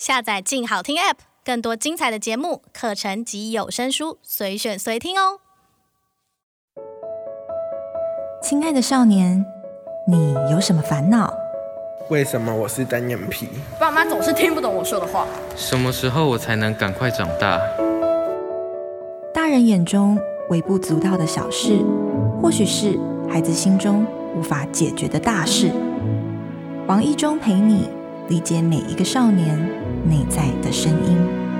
下载静好听 App， 更多精彩的节目、课程及有声书，随选随听哦。 亲爱的少年，你有什么烦恼？ 为什么我是单眼皮？ 爸妈总是听不懂我说的话。 什么时候我才能赶快长大？ 大人眼中微不足道的小事，或许是孩子心中无法解决的大事。王一中陪你理解每一个少年内在的声音。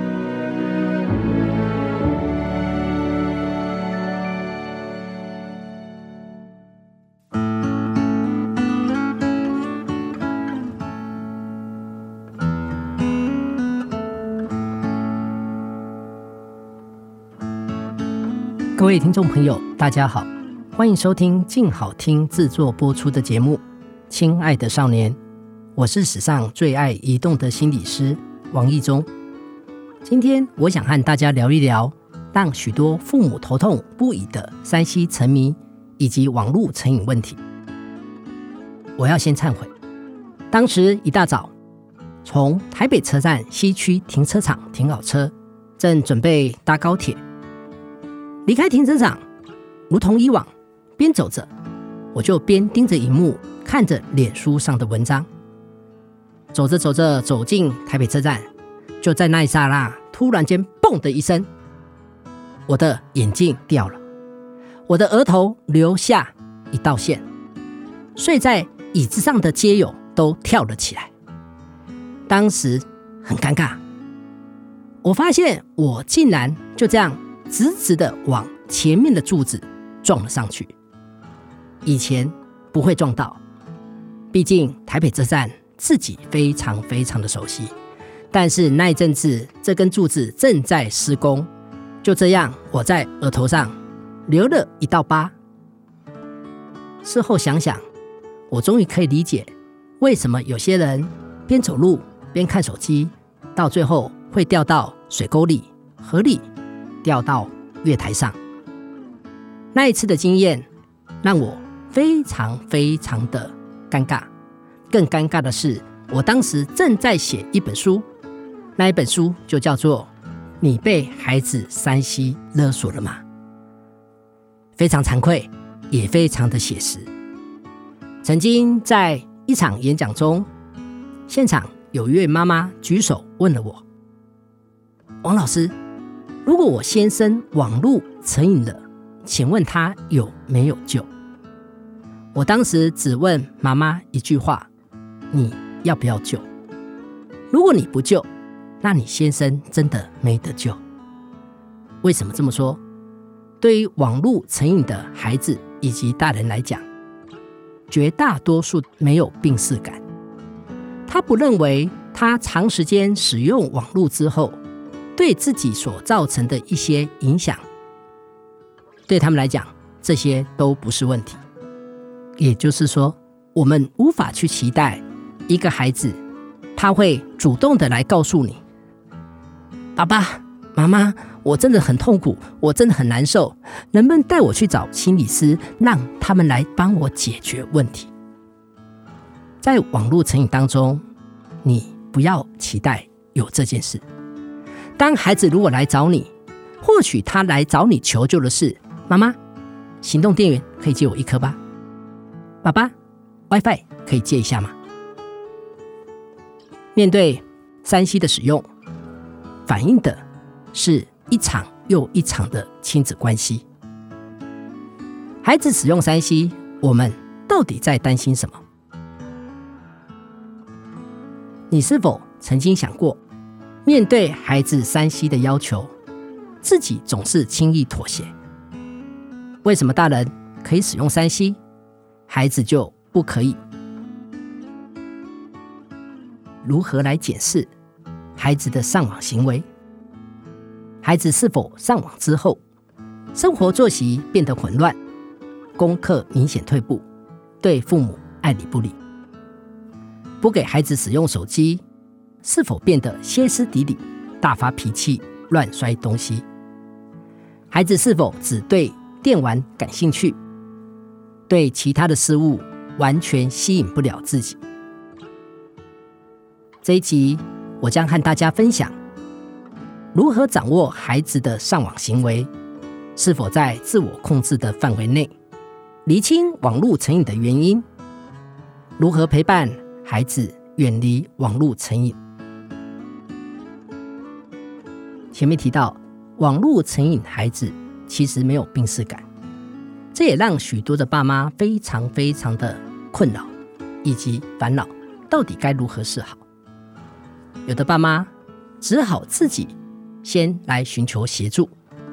各位听众朋友，大家好，欢迎收听静好听制作播出的节目《亲爱的少年》，我是史上最爱移动的心理师王一中。今天我想和大家聊一聊让许多父母头痛不已的3C 沉迷以及网络成瘾问题。我要先忏悔，当时一大早从台北车站西区停车场停好车，正准备搭高铁，离开停车场，如同以往，边走着我就边盯着荧幕，看着脸书上的文章。走着走着，走进台北车站，就在那一刹那，突然间嘣的一声，我的眼镜掉了，我的额头留下一道线，睡在椅子上的街友都跳了起来。当时很尴尬，我发现我竟然就这样直直的往前面的柱子撞了上去。以前不会撞到，毕竟台北车站自己非常非常的熟悉，但是那一阵子这根柱子正在施工，就这样我在额头上留了一道疤。事后想想，我终于可以理解为什么有些人边走路边看手机，到最后会掉到水沟里、河里，掉到月台上。那一次的经验让我非常非常的尴尬，更尴尬的是我当时正在写一本书，那一本书就叫做你被孩子3C 勒索了吗？非常惭愧，也非常的写实。曾经在一场演讲中，现场有一位妈妈举手问了我，王老师，如果我先生网络成瘾了，请问他有没有救？我当时只问妈妈一句话，你要不要救？如果你不救，那你先生真的没得救。为什么这么说？对于网络成瘾的孩子以及大人来讲，绝大多数没有病识感，他不认为他长时间使用网络之后对自己所造成的一些影响，对他们来讲这些都不是问题。也就是说，我们无法去期待一个孩子他会主动的来告诉你，爸爸妈妈，我真的很痛苦，我真的很难受，能不能带我去找心理师，让他们来帮我解决问题？在网络成瘾当中，你不要期待有这件事。当孩子如果来找你，或许他来找你求救的是，妈妈，行动电源可以借我1颗吧？爸爸， WiFi 可以借一下吗？面对3C 的使用，反映的是一场又一场的亲子关系。孩子使用3C，我们到底在担心什么？你是否曾经想过，面对孩子3C 的要求，自己总是轻易妥协？为什么大人可以使用3C，孩子就不可以？如何来检视孩子的上网行为？孩子是否上网之后，生活作息变得混乱，功课明显退步，对父母爱理不理？不给孩子使用手机，是否变得歇斯底里，大发脾气，乱摔东西？孩子是否只对电玩感兴趣，对其他的事物完全吸引不了自己？这一集我将和大家分享如何掌握孩子的上网行为，是否在自我控制的范围内，厘清网络成瘾的原因，如何陪伴孩子远离网络成瘾。前面提到，网络成瘾孩子其实没有病识感，这也让许多的爸妈非常的困扰以及烦恼，到底该如何是好。有的爸妈只好自己先来寻求协助。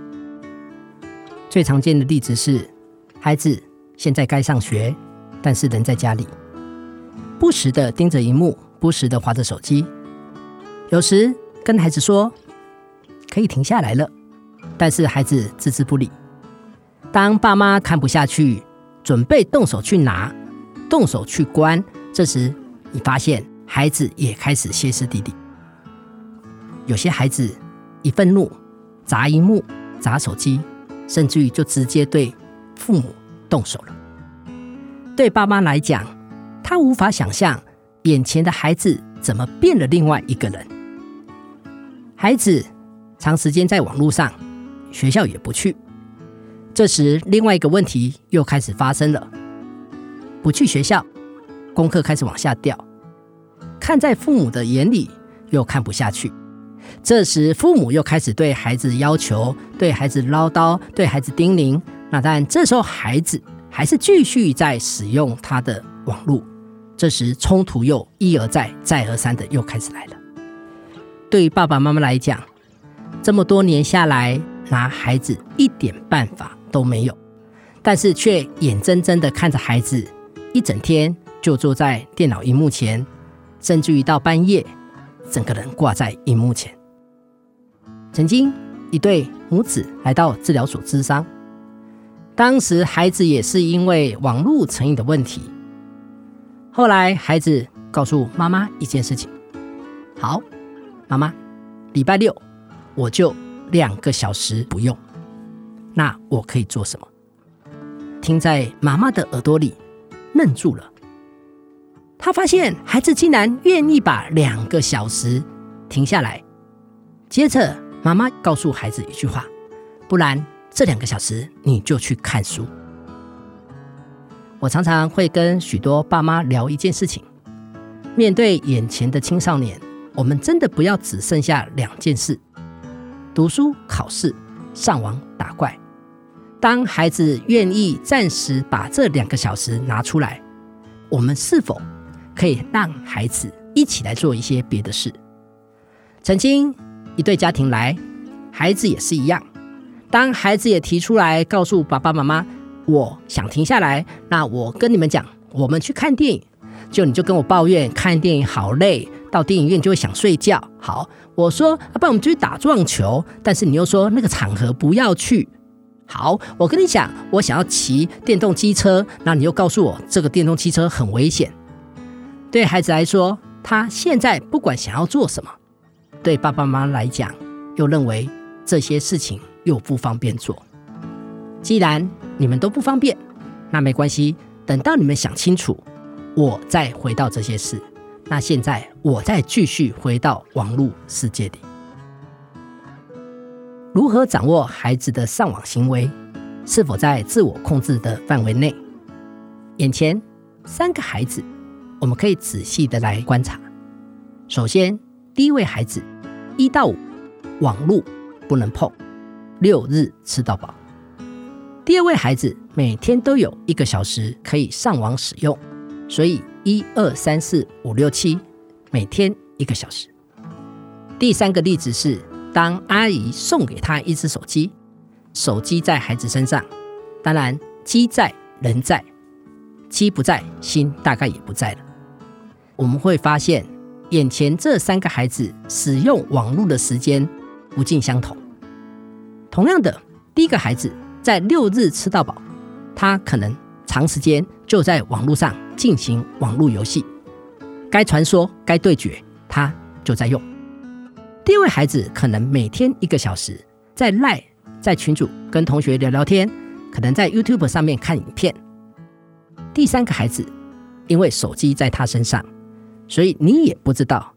最常见的例子是，孩子现在该上学，但是人在家里，不时的盯着萤幕，不时的滑着手机。有时跟孩子说可以停下来了，但是孩子置之不理。当爸妈看不下去，准备动手去拿，动手去关，这时你发现孩子也开始歇斯底里。有些孩子一愤怒砸萤幕，砸手机，甚至于就直接对父母动手了。对爸妈来讲，他无法想象眼前的孩子怎么变了另外一个人。孩子长时间在网络上，学校也不去，这时另外一个问题又开始发生了。不去学校，功课开始往下掉，看在父母的眼里又看不下去，这时父母又开始对孩子要求，对孩子唠叨，对孩子叮咛。那但这时候孩子还是继续在使用他的网络，这时冲突又一而再再而三的又开始来了。对于爸爸妈妈来讲，这么多年下来，拿孩子一点办法都没有，但是却眼睁睁的看着孩子一整天就坐在电脑萤幕前，甚至于到半夜整个人挂在萤幕前。曾经一对母子来到治疗所咨商，当时孩子也是因为网络成瘾的问题。后来孩子告诉妈妈一件事情，好，妈妈，礼拜六我就2个小时不用，那我可以做什么？听在妈妈的耳朵里愣住了，他发现孩子竟然愿意把2个小时停下来。接着妈妈告诉孩子一句话，不然这2个小时你就去看书。我常常会跟许多爸妈聊一件事情，面对眼前的青少年，我们真的不要只剩下2件事，读书、考试、上网打怪。当孩子愿意暂时把这2个小时拿出来，我们是否可以让孩子一起来做一些别的事？曾经一对家庭来，孩子也是一样，当孩子也提出来告诉爸爸妈妈，我想停下来，那我跟你们讲，我们去看电影，你就跟我抱怨看电影好累，到电影院就会想睡觉。好，我说不然我们就去打撞球，但是你又说那个场合不要去。好，我跟你讲，我想要骑电动机车，那你又告诉我这个电动机车很危险。对孩子来说，他现在不管想要做什么，对爸爸妈妈来讲，又认为这些事情又不方便做。既然你们都不方便，那没关系，等到你们想清楚，我再回到这些事。那现在我再继续回到网络世界里。如何掌握孩子的上网行为，是否在自我控制的范围内？眼前3个孩子，我们可以仔细的来观察。首先，第一位孩子1到5网络不能碰，6日吃到饱。第二位孩子每天都有1个小时可以上网使用，所以1、2、3、4、5、6、7每天1个小时。第3个例子是，当阿姨送给他一只手机，手机在孩子身上，当然机在人在，机不在心大概也不在了。我们会发现眼前这3个孩子使用网络的时间不尽相同。同样的，第一个孩子在6日吃到饱，他可能长时间就在网络上进行网络游戏，该传说该对决他就在用。第二位孩子可能每天1个小时在 LINE 在群组跟同学聊聊天，可能在 YouTube 上面看影片。第3个孩子因为手机在他身上，所以你也不知道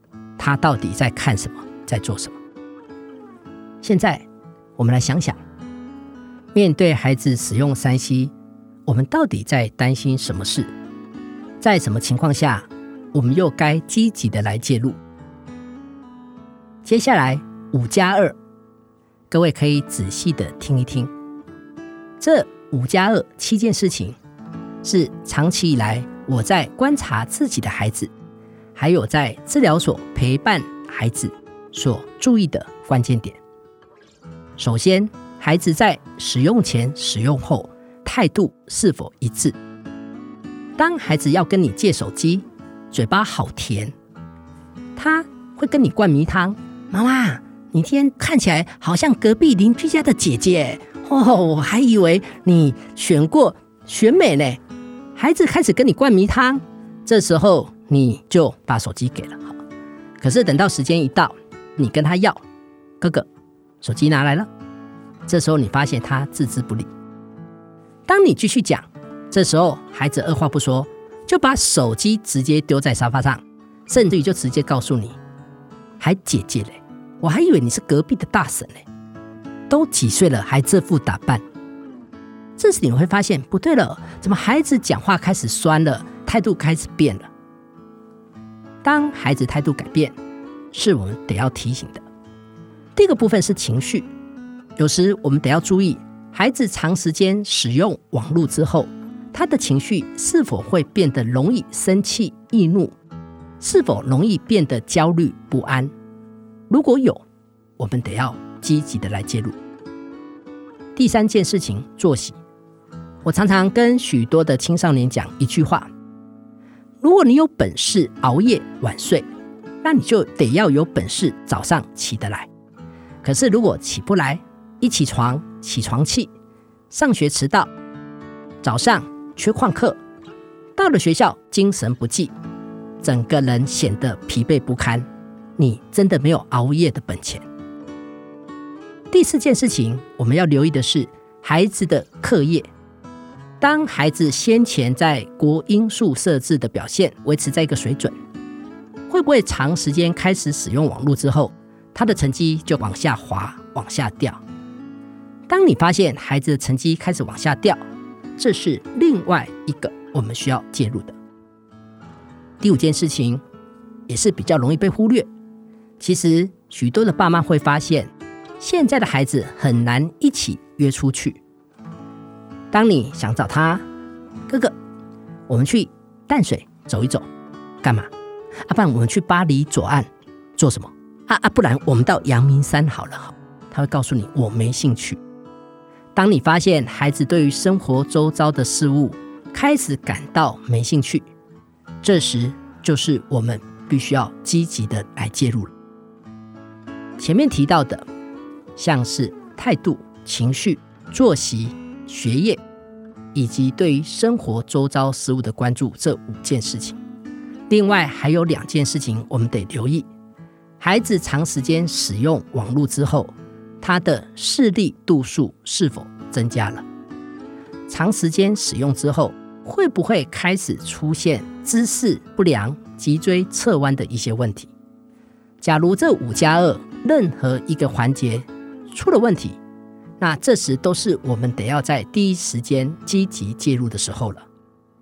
他到底在看什么，在做什么。现在我们来想想，面对孩子使用3C，我们到底在担心什么事？在什么情况下，我们又该积极的来介入？接下来5+2，各位可以仔细的听一听。这5+2 7件事情，是长期以来我在观察自己的孩子，还有在治疗所陪伴孩子所注意的关键点。首先，孩子在使用前、使用后态度是否一致？当孩子要跟你借手机，嘴巴好甜，他会跟你灌迷汤，妈妈，你今天看起来好像隔壁邻居家的姐姐我还以为你选过选美呢。孩子开始跟你灌迷汤，这时候你就把手机给了。可是等到时间一到，你跟他要，哥哥手机拿来了，这时候你发现他置之不理。当你继续讲，这时候孩子二话不说就把手机直接丢在沙发上，甚至于就直接告诉你，还姐姐嘞，我还以为你是隔壁的大婶嘞，都几岁了还这副打扮。这时你会发现不对了，怎么孩子讲话开始酸了，态度开始变了。当孩子态度改变，是我们得要提醒的。第一个部分是情绪，有时我们得要注意，孩子长时间使用网络之后，他的情绪是否会变得容易生气易怒，是否容易变得焦虑不安。如果有，我们得要积极的来介入。第3件事情，作息。我常常跟许多的青少年讲一句话，如果你有本事熬夜晚睡，那你就得要有本事早上起得来。可是如果起不来，一起床起床气，上学迟到，早上缺旷课，到了学校精神不济，整个人显得疲惫不堪，你真的没有熬夜的本钱。第4件事情，我们要留意的是孩子的课业。当孩子先前在国英数设置的表现维持在一个水准，会不会长时间开始使用网络之后，他的成绩就往下滑往下掉？当你发现孩子的成绩开始往下掉，这是另外一个我们需要介入的。第5件事情也是比较容易被忽略，其实许多的爸妈会发现，现在的孩子很难一起约出去。当你想找他，哥哥，我们去淡水走一走，干嘛？不然我们去巴黎左岸做什么？不然我们到阳明山好了。他会告诉你，我没兴趣。当你发现孩子对于生活周遭的事物开始感到没兴趣，这时就是我们必须要积极的来介入了。前面提到的，像是态度、情绪、作息、学业以及对于生活周遭事物的关注，这5件事情。另外还有2件事情我们得留意，孩子长时间使用网络之后，他的视力度数是否增加了？长时间使用之后，会不会开始出现姿势不良、脊椎侧弯的一些问题？假如这5+2任何一个环节出了问题，那这时都是我们得要在第一时间积极介入的时候了。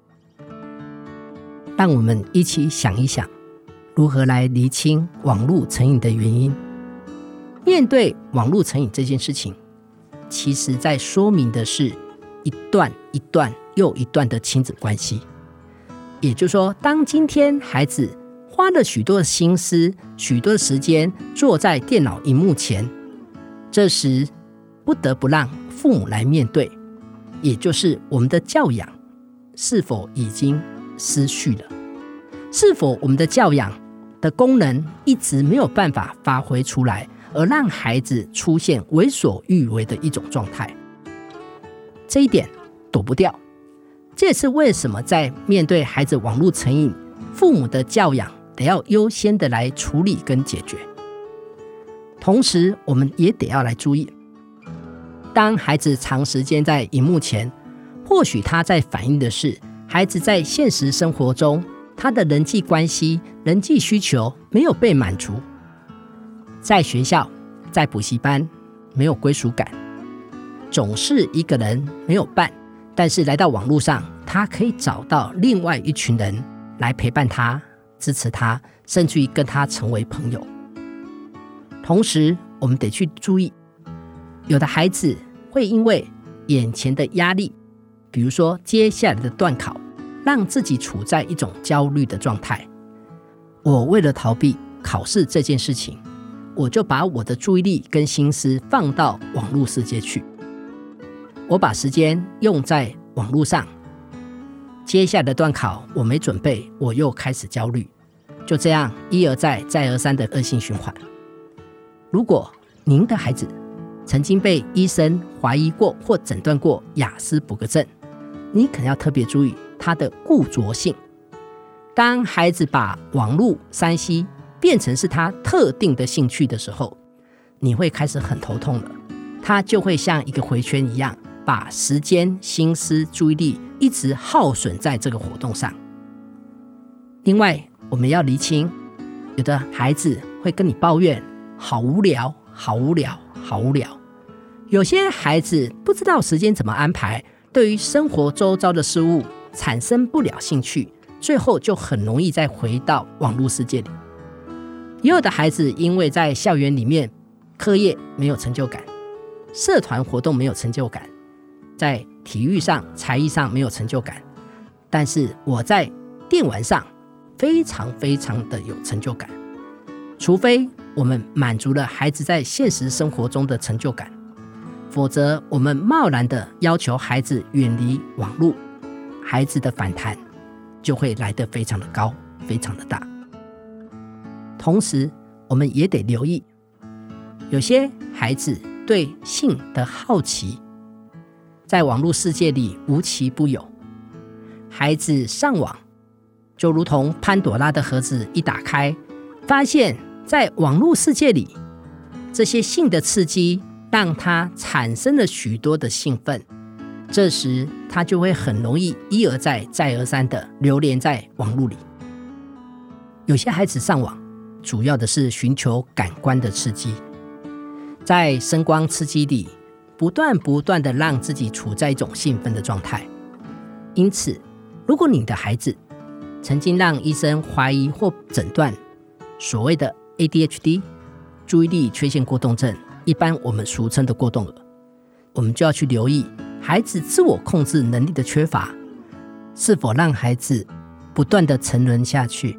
让我们一起想一想，如何来厘清网络成瘾的原因。面对网络成瘾这件事情，其实在说明的是一段一段又一段的亲子关系。也就是说，当今天孩子花了许多的心思、许多的时间坐在电脑荧幕前，这时不得不让父母来面对，也就是我们的教养是否已经失序了？是否我们的教养的功能一直没有办法发挥出来，而让孩子出现为所欲为的一种状态？这一点躲不掉。这也是为什么在面对孩子网络成瘾，父母的教养得要优先的来处理跟解决。同时我们也得要来注意，当孩子长时间在荧幕前，或许他在反映的是孩子在现实生活中他的人际关系、人际需求没有被满足。在学校、在补习班没有归属感，总是一个人没有伴，但是来到网络上，他可以找到另外一群人来陪伴他、支持他，甚至于跟他成为朋友。同时我们得去注意，有的孩子会因为眼前的压力，比如说接下来的段考，让自己处在一种焦虑的状态。我为了逃避考试这件事情，我就把我的注意力跟心思放到网络世界去，我把时间用在网络上，接下来的段考我没准备，我又开始焦虑，就这样一而再再而三的恶性循环。如果您的孩子曾经被医生怀疑过或诊断过亚斯伯格症，你可能要特别注意他的固着性。当孩子把网络3C 变成是他特定的兴趣的时候，你会开始很头痛了，他就会像一个回圈一样，把时间、心思、注意力一直耗损在这个活动上。另外，我们要厘清，有的孩子会跟你抱怨好无聊，好无聊，好无聊。有些孩子不知道时间怎么安排，对于生活周遭的事物产生不了兴趣，最后就很容易再回到网络世界里。也有的孩子因为在校园里面课业没有成就感，社团活动没有成就感，在体育上、才艺上没有成就感，但是我在电玩上非常非常的有成就感。除非我们满足了孩子在现实生活中的成就感，否则我们贸然的要求孩子远离网络，孩子的反弹就会来得非常的高，非常的大。同时我们也得留意，有些孩子对性的好奇在网络世界里无奇不有。孩子上网就如同潘朵拉的盒子一打开，发现在网络世界里，这些性的刺激让他产生了许多的兴奋，这时他就会很容易一而再再而三的流连在网络里。有些孩子上网主要的是寻求感官的刺激，在声光刺激里不断的让自己处在一种兴奋的状态。因此如果你的孩子曾经让医生怀疑或诊断所谓的 ADHD 注意力缺陷过动症，一般我们俗称的过动儿，我们就要去留意孩子自我控制能力的缺乏，是否让孩子不断的沉沦下去。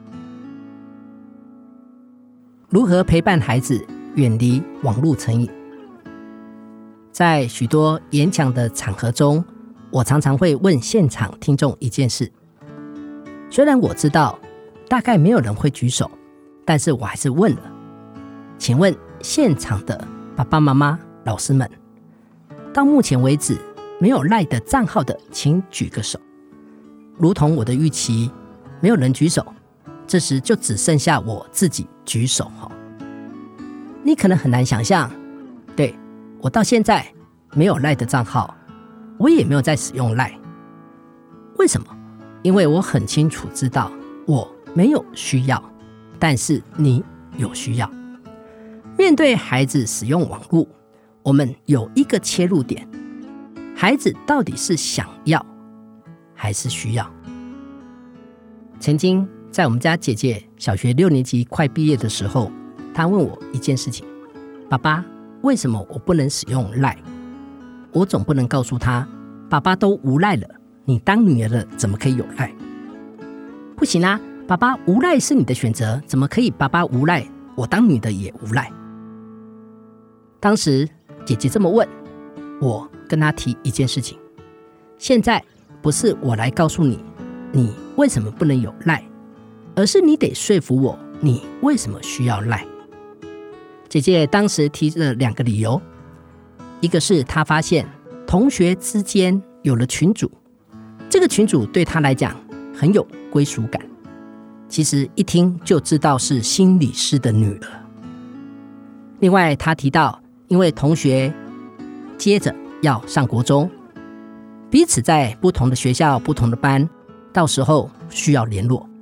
如何陪伴孩子远离网络成瘾？在许多演讲的场合中，我常常会问现场听众一件事，虽然我知道大概没有人会举手，但是我还是问了，请问现场的爸爸妈妈、老师们，到目前为止没有LINE的账号的请举个手。如同我的预期，没有人举手，这时就只剩下我自己举手。你可能很难想象，对，我到现在没有LINE的账号，我也没有在使用LINE。为什么？因为我很清楚知道我没有需要，但是你有需要。面对孩子使用网络，我们有一个切入点，孩子到底是想要还是需要？曾经在我们家姐姐小学6年级快毕业的时候，她问我一件事情，爸爸，为什么我不能使用LINE？我总不能告诉她，爸爸都无LINE了，你当女儿了怎么可以有LINE？不行啊，爸爸无LINE是你的选择，怎么可以爸爸无LINE，我当女的也无LINE？当时姐姐这么问，我跟她提一件事情，现在不是我来告诉你你为什么不能有LINE，而是你得说服我你为什么需要LINE。姐姐当时提了2个理由，一个是她发现同学之间有了群组，这个群组对她来讲很有归属感，其实一听就知道是心理师的女儿。另外她提到，因为同学接着要上国中，彼此在不同的学校、不同的班，到时候需要联络，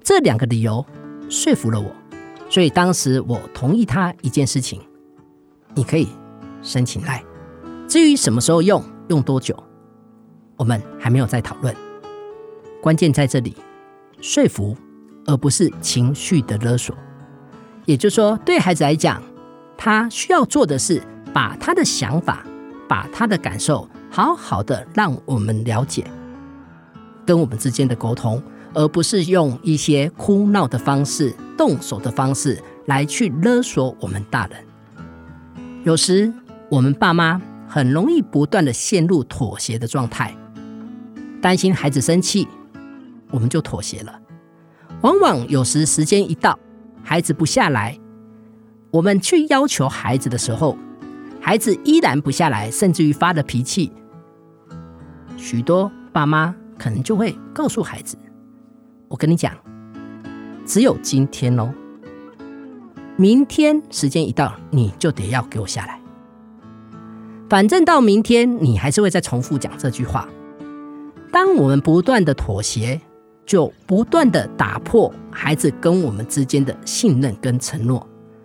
这2个理由说服了我，所以当时我同意他一件事情，你可以申请赖。至于什么时候用多久，我们还没有在讨论。关键在这里，说服而不是情绪的勒索。也就是说，对孩子来讲，他需要做的是把他的想法，把他的感受好好的让我们了解，跟我们之间的沟通，而不是用一些哭闹的方式、动手的方式来去勒索我们大人。有时我们爸妈很容易不断的陷入妥协的状态，担心孩子生气，我们就妥协了。往往有时时间一到，孩子不下来，我们去要求孩子的时候，孩子依然不下来，甚至于发了脾气。许多爸妈可能就会告诉孩子，我跟你讲，只有今天哦，明天时间一到，你就得要给我下来。反正到明天你还是会再重复讲这句话。当我们不断的妥协，就不断的打破孩子跟我们之间的信任跟承诺。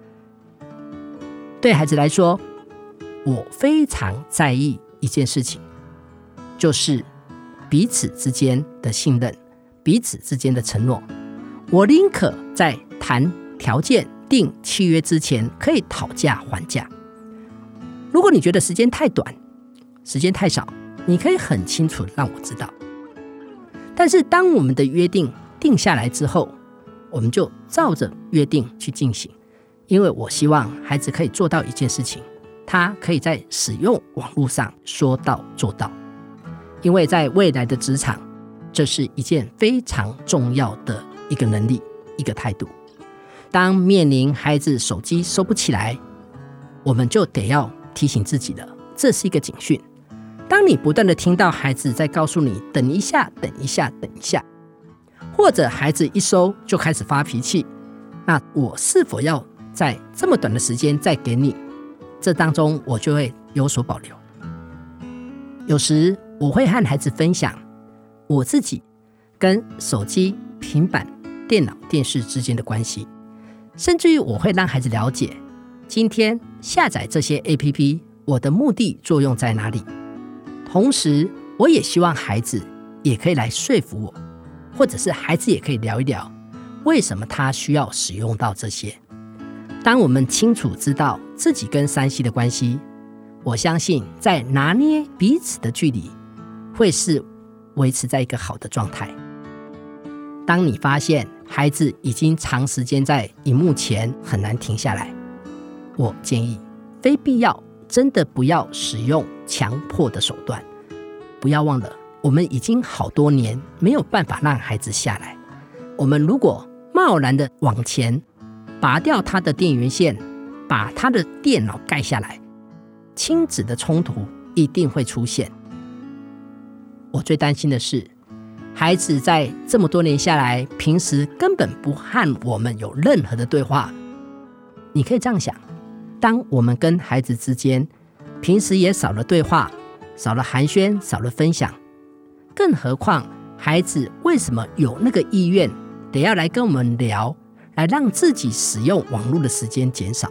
对孩子来说，我非常在意一件事情，就是彼此之间的信任，彼此之间的承诺。我宁可在谈条件、定契约之前可以讨价还价。如果你觉得时间太短，时间太少，你可以很清楚让我知道。但是当我们的约定定下来之后，我们就照着约定去进行。因为我希望孩子可以做到一件事情，他可以在使用网络上说到做到。因为在未来的职场，这是一件非常重要的一个能力，一个态度。当面临孩子手机收不起来，我们就得要提醒自己了，这是一个警讯。当你不断的听到孩子在告诉你等一下等一下等一下，或者孩子一收就开始发脾气，那我是否要在这么短的时间再给你？这当中我就会有所保留。有时我会和孩子分享我自己跟手机、平板、电脑、电视之间的关系，甚至于我会让孩子了解今天下载这些 APP 我的目的作用在哪里。同时我也希望孩子也可以来说服我，或者是孩子也可以聊一聊为什么他需要使用到这些。当我们清楚知道自己跟3C 的关系，我相信在拿捏彼此的距离会是维持在一个好的状态。当你发现孩子已经长时间在荧幕前很难停下来，我建议非必要真的不要使用强迫的手段。不要忘了，我们已经好多年没有办法让孩子下来。我们如果贸然的往前拔掉他的电源线，把他的电脑盖下来，亲子的冲突一定会出现。我最担心的是，孩子在这么多年下来，平时根本不和我们有任何的对话。你可以这样想，当我们跟孩子之间平时也少了对话，少了寒暄，少了分享，更何况孩子为什么有那个意愿得要来跟我们聊，来让自己使用网络的时间减少。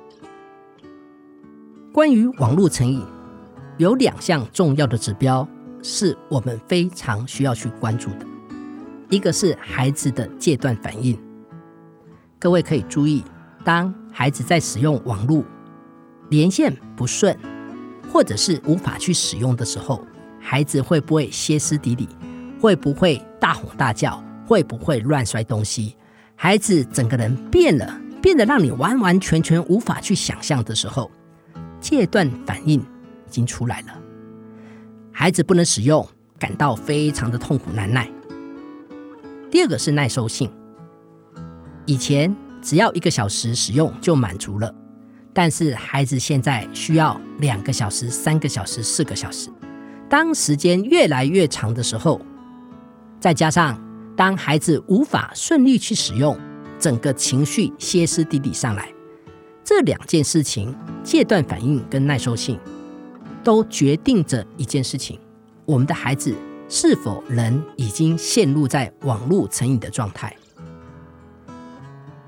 关于网络成瘾，有2项重要的指标是我们非常需要去关注的。一个是孩子的戒断反应。各位可以注意，当孩子在使用网络连线不顺，或者是无法去使用的时候，孩子会不会歇斯底里，会不会大吼大叫，会不会乱摔东西，孩子整个人变了，变得让你完完全全无法去想象的时候，戒断反应已经出来了。孩子不能使用，感到非常的痛苦难耐。第2个是耐受性。以前只要1个小时使用就满足了，但是孩子现在需要2个小时、3个小时、4个小时。当时间越来越长的时候，再加上当孩子无法顺利去使用，整个情绪歇斯底里上来，这2件事情，戒断反应跟耐受性，都决定着一件事情：我们的孩子是否人已经陷入在网络成瘾的状态。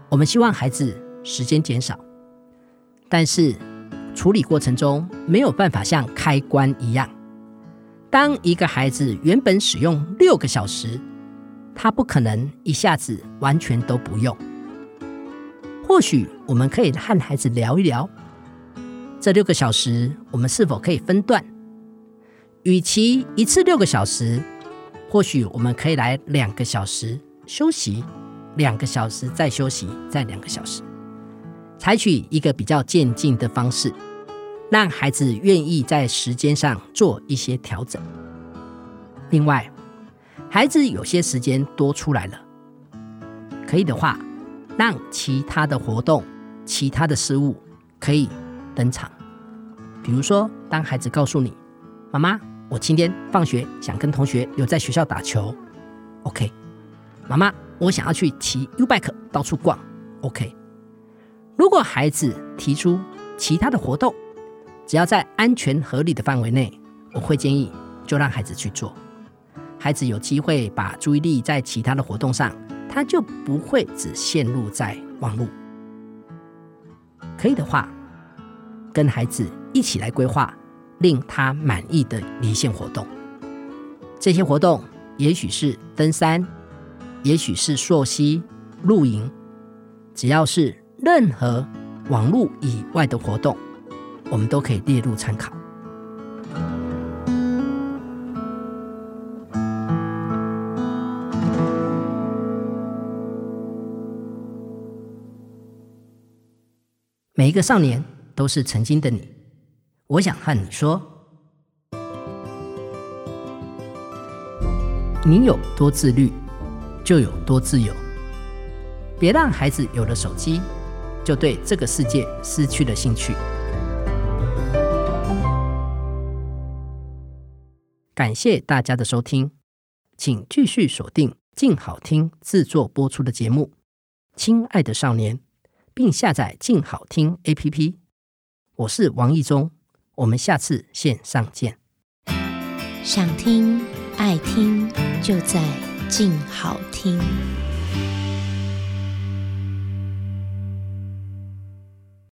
我们希望孩子时间减少，但是处理过程中没有办法像开关一样，当一个孩子原本使用6个小时，他不可能一下子完全都不用。或许我们可以和孩子聊一聊，这6个小时我们是否可以分段，与其一次6个小时，或许我们可以来2个小时休息，2个小时再休息，再2个小时，采取一个比较渐进的方式，让孩子愿意在时间上做一些调整。另外，孩子有些时间多出来了，可以的话，让其他的活动、其他的事物可以登场。比如说，当孩子告诉你，妈妈，我今天放学想跟同学留在学校打球 ，OK。妈妈，我想要去骑 U-Bike 到处逛 ，OK。如果孩子提出其他的活动，只要在安全合理的范围内，我会建议就让孩子去做。孩子有机会把注意力在其他的活动上，他就不会只陷入在网络。可以的话，跟孩子一起来规划令他满意的离线活动。这些活动也许是登山，也许是溯溪、露营，只要是任何网络以外的活动，我们都可以列入参考。每一个少年都是曾经的你，我想和你说，你有多自律，就有多自由。别让孩子有了手机，就对这个世界失去了兴趣。感谢大家的收听，请继续锁定静好听制作播出的节目《亲爱的少年》，并下载静好听 APP。 我是王义忠，我们下次线上见。 想听爱听，就在静好听。